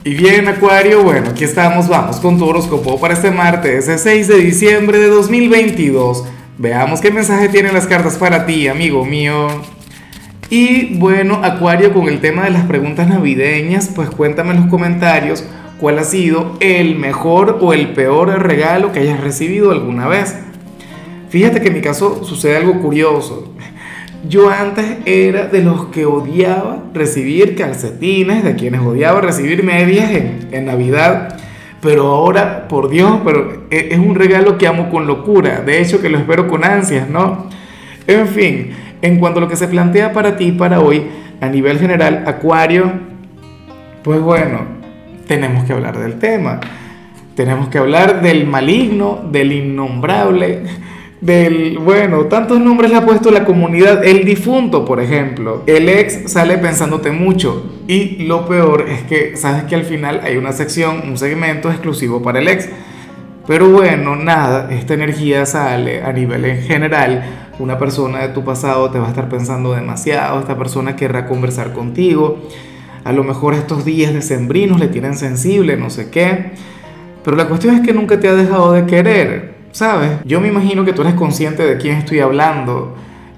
Y bien, Acuario, bueno, aquí estamos, vamos con tu horóscopo para este martes, el 6 de diciembre de 2022. Veamos qué mensaje tienen las cartas para ti, amigo mío. Y bueno, Acuario, con el tema de las preguntas navideñas, pues cuéntame en los comentarios cuál ha sido el mejor o el peor regalo que hayas recibido alguna vez. Fíjate que en mi caso sucede algo curioso. Yo antes era de los que odiaba recibir calcetines, de quienes odiaba recibir medias en Navidad, pero ahora, por Dios, pero es un regalo que amo con locura, de hecho que lo espero con ansias, ¿no? En fin, en cuanto a lo que se plantea para ti, para hoy, a nivel general, Acuario, pues bueno, tenemos que hablar del tema. Tenemos que hablar del maligno, del innombrable, del, bueno, tantos nombres le ha puesto la comunidad, el difunto, por ejemplo. El ex sale pensándote mucho y lo peor es que sabes que al final hay una sección, un segmento exclusivo para el ex. Pero bueno, nada, esta energía sale a nivel en general. Una persona de tu pasado te va a estar pensando demasiado, esta persona querrá conversar contigo. A lo mejor estos días decembrinos le tienen sensible, no sé qué. Pero la cuestión es que nunca te ha dejado de querer, ¿sabes? Yo me imagino que tú eres consciente de quién estoy hablando.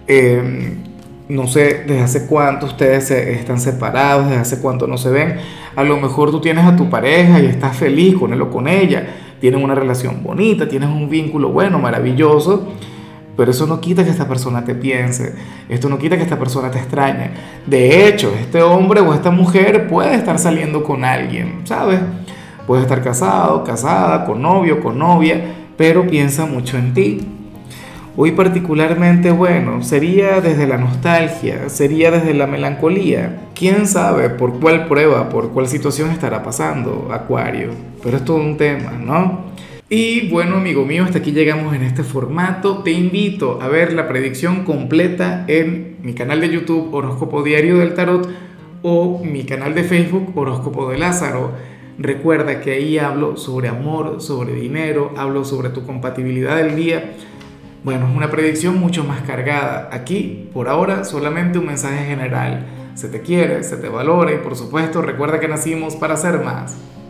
Eh, no sé desde hace cuánto ustedes están separados, desde hace cuánto no se ven. A lo mejor tú tienes a tu pareja y estás feliz con él o con ella. Tienen una relación bonita, tienes un vínculo bueno, maravilloso. Pero eso no quita que esta persona te piense, esto no quita que esta persona te extrañe. De hecho, este hombre o esta mujer puede estar saliendo con alguien, ¿sabes? Puede estar casado, casada, con novio, con novia, pero piensa mucho en ti. Hoy particularmente, bueno, sería desde la nostalgia, sería desde la melancolía. ¿Quién sabe por cuál prueba, por cuál situación estará pasando, Acuario? Pero es todo un tema, ¿no? Y bueno, amigo mío, hasta aquí llegamos en este formato. Te invito a ver la predicción completa en mi canal de YouTube Horóscopo Diario del Tarot o mi canal de Facebook Horóscopo de Lázaro. Recuerda que ahí hablo sobre amor, sobre dinero, hablo sobre tu compatibilidad del día. Bueno, es una predicción mucho más cargada. Aquí, por ahora, solamente un mensaje general. Se te quiere, se te valora y por supuesto recuerda que nacimos para ser más.